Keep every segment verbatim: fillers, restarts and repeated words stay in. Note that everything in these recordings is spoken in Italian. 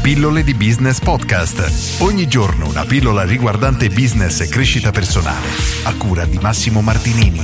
Pillole di Business Podcast. Ogni giorno una pillola riguardante business e crescita personale. A cura di Massimo Martinini.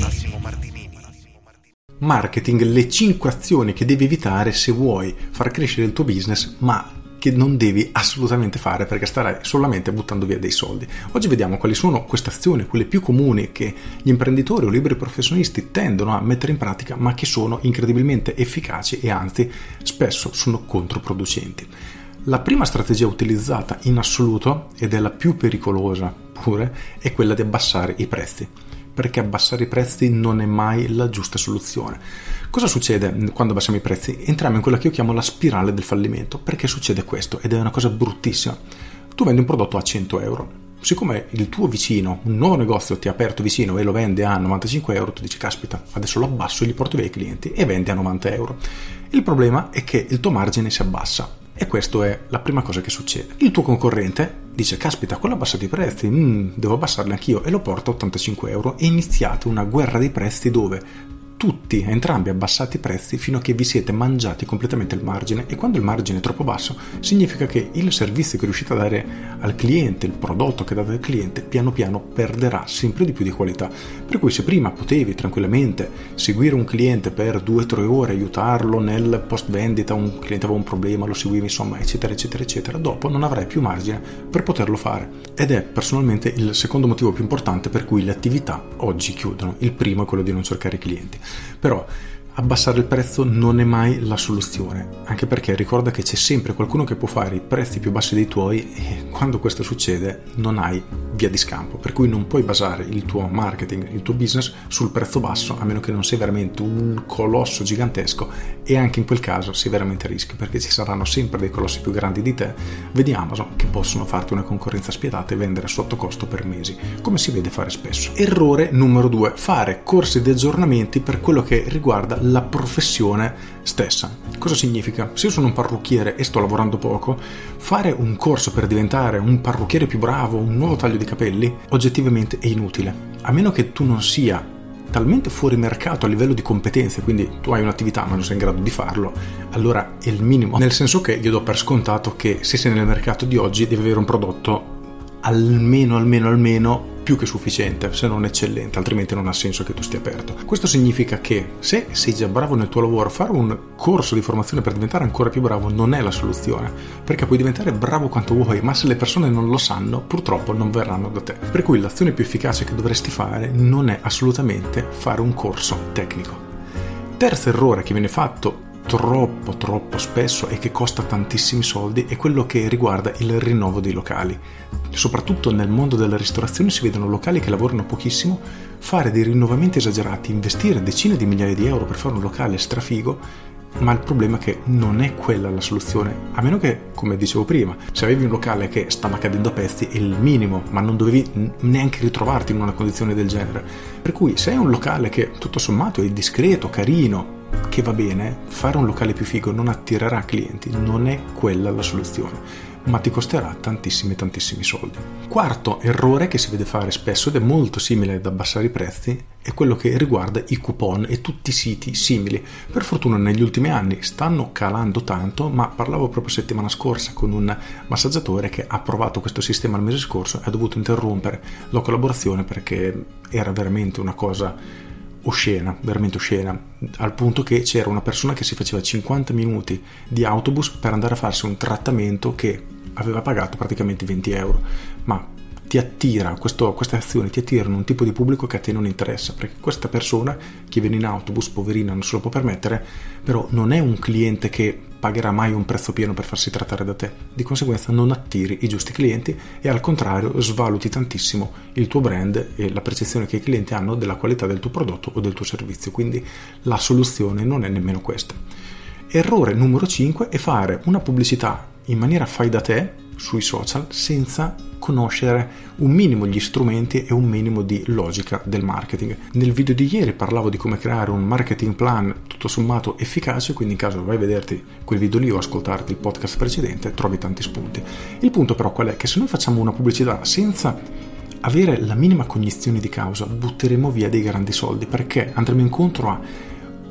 Marketing, le cinque azioni che devi evitare se vuoi far crescere il tuo business, ma che non devi assolutamente fare perché starai solamente buttando via dei soldi. Oggi vediamo quali sono queste azioni, quelle più comuni che gli imprenditori o liberi professionisti tendono a mettere in pratica, ma che sono incredibilmente efficaci e anzi spesso sono controproducenti. La prima strategia utilizzata in assoluto, ed è la più pericolosa pure, è quella di abbassare i prezzi. Perché abbassare i prezzi non è mai la giusta soluzione. Cosa succede quando abbassiamo i prezzi? Entriamo in quella che io chiamo la spirale del fallimento. Perché succede questo? Ed è una cosa bruttissima. Tu vendi un prodotto a cento euro. Siccome il tuo vicino, un nuovo negozio ti ha aperto vicino e lo vende a novantacinque euro, tu dici caspita, adesso lo abbasso e gli porto via i clienti e vendi a novanta euro. Il problema è che il tuo margine si abbassa. E questa è la prima cosa che succede. Il tuo concorrente dice, caspita, quello ha abbassato i prezzi, mm, devo abbassarli anch'io, e lo porta a ottantacinque euro. E iniziate una guerra dei prezzi dove tutti, entrambi, abbassate i prezzi fino a che vi siete mangiati completamente il margine. E quando il margine è troppo basso, significa che il servizio che riuscite a dare al cliente, il prodotto che date al cliente, piano piano perderà sempre di più di qualità. Per cui se prima potevi tranquillamente seguire un cliente per due o tre ore, aiutarlo nel post vendita, un cliente aveva un problema, lo seguivi, insomma, eccetera, eccetera, eccetera, dopo non avrai più margine per poterlo fare. Ed è personalmente il secondo motivo più importante per cui le attività oggi chiudono. Il primo è quello di non cercare clienti. Però abbassare il prezzo non è mai la soluzione, anche perché ricorda che c'è sempre qualcuno che può fare i prezzi più bassi dei tuoi e quando questo succede non hai via di scampo, per cui non puoi basare il tuo marketing, il tuo business sul prezzo basso, a meno che non sei veramente un colosso gigantesco, e anche in quel caso sei veramente a rischio, perché ci saranno sempre dei colossi più grandi di te, vedi Amazon, che possono farti una concorrenza spietata e vendere sotto costo per mesi, come si vede fare spesso. Errore numero due, fare corsi di aggiornamenti per quello che riguarda la professione stessa. Cosa significa? Se io sono un parrucchiere e sto lavorando poco, fare un corso per diventare un parrucchiere più bravo, un nuovo taglio di capelli, oggettivamente è inutile. A meno che tu non sia talmente fuori mercato a livello di competenze, quindi tu hai un'attività ma non sei in grado di farlo, allora è il minimo. Nel senso che io do per scontato che se sei nel mercato di oggi devi avere un prodotto almeno, almeno, almeno più che sufficiente, se non eccellente, altrimenti non ha senso che tu stia aperto. Questo significa che se sei già bravo nel tuo lavoro, fare un corso di formazione per diventare ancora più bravo non è la soluzione, perché puoi diventare bravo quanto vuoi, ma se le persone non lo sanno, purtroppo non verranno da te. Per cui l'azione più efficace che dovresti fare non è assolutamente fare un corso tecnico. Terzo errore che viene fatto troppo troppo spesso e che costa tantissimi soldi è quello che riguarda il rinnovo dei locali. Soprattutto nel mondo della ristorazione si vedono locali che lavorano pochissimo fare dei rinnovamenti esagerati, investire decine di migliaia di euro per fare un locale strafigo, ma il problema è che non è quella la soluzione, a meno che, come dicevo prima, se avevi un locale che stava cadendo a pezzi è il minimo, ma non dovevi neanche ritrovarti in una condizione del genere. Per cui se hai un locale che tutto sommato è discreto, carino, che va bene, fare un locale più figo non attirerà clienti, non è quella la soluzione, ma ti costerà tantissimi tantissimi soldi. Quarto errore che si vede fare spesso ed è molto simile ad abbassare i prezzi è quello che riguarda i coupon e tutti i siti simili. Per fortuna negli ultimi anni stanno calando tanto, ma parlavo proprio settimana scorsa con un massaggiatore che ha provato questo sistema il mese scorso e ha dovuto interrompere la collaborazione perché era veramente una cosa oscena, veramente oscena, al punto che c'era una persona che si faceva cinquanta minuti di autobus per andare a farsi un trattamento che aveva pagato praticamente venti euro, ma ti attira, questo, queste azioni ti attirano un tipo di pubblico che a te non interessa, perché questa persona che viene in autobus, poverina, non se lo può permettere, però non è un cliente che pagherà mai un prezzo pieno per farsi trattare da te, di conseguenza non attiri i giusti clienti e al contrario svaluti tantissimo il tuo brand e la percezione che i clienti hanno della qualità del tuo prodotto o del tuo servizio, quindi la soluzione non è nemmeno questa. Errore numero cinque è fare una pubblicità in maniera fai da te sui social senza conoscere un minimo gli strumenti e un minimo di logica del marketing. Nel video di ieri parlavo di come creare un marketing plan tutto sommato efficace, quindi in caso vai a vederti quel video lì o ascoltarti il podcast precedente trovi tanti spunti. Il punto però qual è? Che se noi facciamo una pubblicità senza avere la minima cognizione di causa butteremo via dei grandi soldi, perché andremo incontro a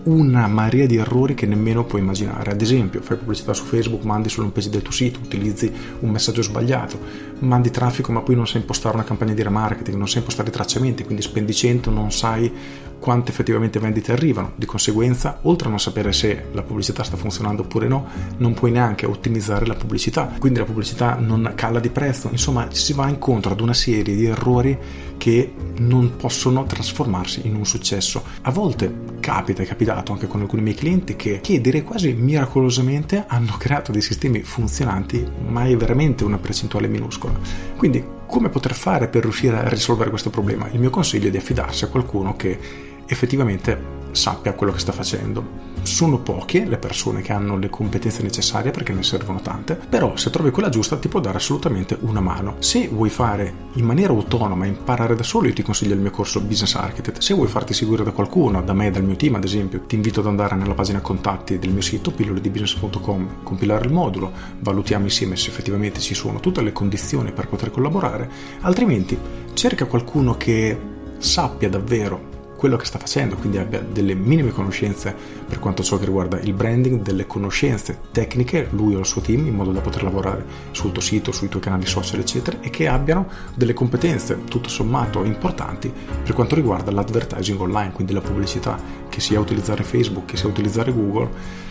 una marea di errori che nemmeno puoi immaginare. Ad esempio, fai pubblicità su Facebook, mandi sull'home page del tuo sito, utilizzi un messaggio sbagliato, mandi traffico ma poi non sai impostare una campagna di remarketing, non sai impostare i tracciamenti, quindi spendi cento, non sai quante effettivamente vendite arrivano. Di conseguenza, oltre a non sapere se la pubblicità sta funzionando oppure no, non puoi neanche ottimizzare la pubblicità, quindi la pubblicità non cala di prezzo. Insomma, si va incontro ad una serie di errori che non possono trasformarsi in un successo. A volte capita, è capitato anche con alcuni miei clienti, che, che direi quasi miracolosamente hanno creato dei sistemi funzionanti, ma è veramente una percentuale minuscola. Quindi come poter fare per riuscire a risolvere questo problema? Il mio consiglio è di affidarsi a qualcuno che effettivamente sappia quello che sta facendo. Sono poche le persone che hanno le competenze necessarie, perché ne servono tante, però se trovi quella giusta ti può dare assolutamente una mano. Se vuoi fare in maniera autonoma e imparare da solo, io ti consiglio il mio corso Business Architect. Se vuoi farti seguire da qualcuno, da me, dal mio team ad esempio, ti invito ad andare nella pagina contatti del mio sito pillole di business punto com, compilare il modulo, valutiamo insieme se effettivamente ci sono tutte le condizioni per poter collaborare. Altrimenti cerca qualcuno che sappia davvero quello che sta facendo, quindi abbia delle minime conoscenze per quanto ciò che riguarda il branding, delle conoscenze tecniche, lui o il suo team, in modo da poter lavorare sul tuo sito, sui tuoi canali social eccetera, e che abbiano delle competenze tutto sommato importanti per quanto riguarda l'advertising online, quindi la pubblicità, che sia utilizzare Facebook, che sia utilizzare Google.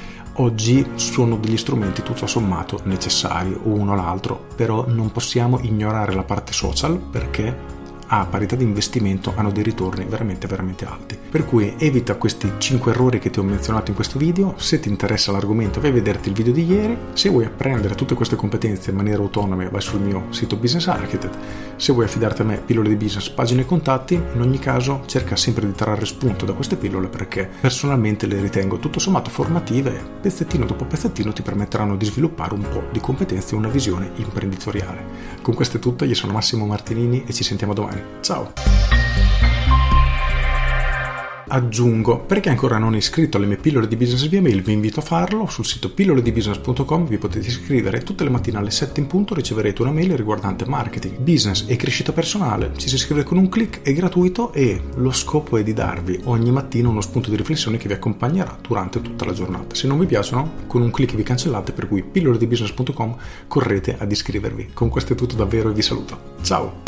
Oggi sono degli strumenti tutto sommato necessari, o uno o l'altro, però non possiamo ignorare la parte social, perché a parità di investimento hanno dei ritorni veramente veramente alti. Per cui evita questi cinque errori che ti ho menzionato in questo video. Se ti interessa l'argomento, vai a vederti il video di ieri. Se vuoi apprendere tutte queste competenze in maniera autonoma, vai sul mio sito Business Architect. Se vuoi affidarti a me, pillole di business, pagine e contatti. In ogni caso cerca sempre di trarre spunto da queste pillole, perché personalmente le ritengo tutto sommato formative e pezzettino dopo pezzettino ti permetteranno di sviluppare un po' di competenze e una visione imprenditoriale. Con questo è tutto, io sono Massimo Martinini e ci sentiamo domani. Ciao! Aggiungo, perché ancora non iscritto alle mie pillole di business via mail, vi invito a farlo. Sul sito pillole di business punto com vi potete iscrivere. Tutte le mattine alle sette in punto riceverete una mail riguardante marketing, business e crescita personale. Ci si iscrive con un click, è gratuito e lo scopo è di darvi ogni mattina uno spunto di riflessione che vi accompagnerà durante tutta la giornata. Se non vi piacciono, con un click vi cancellate, per cui pillole di business punto com correte ad iscrivervi. Con questo è tutto davvero e vi saluto. Ciao!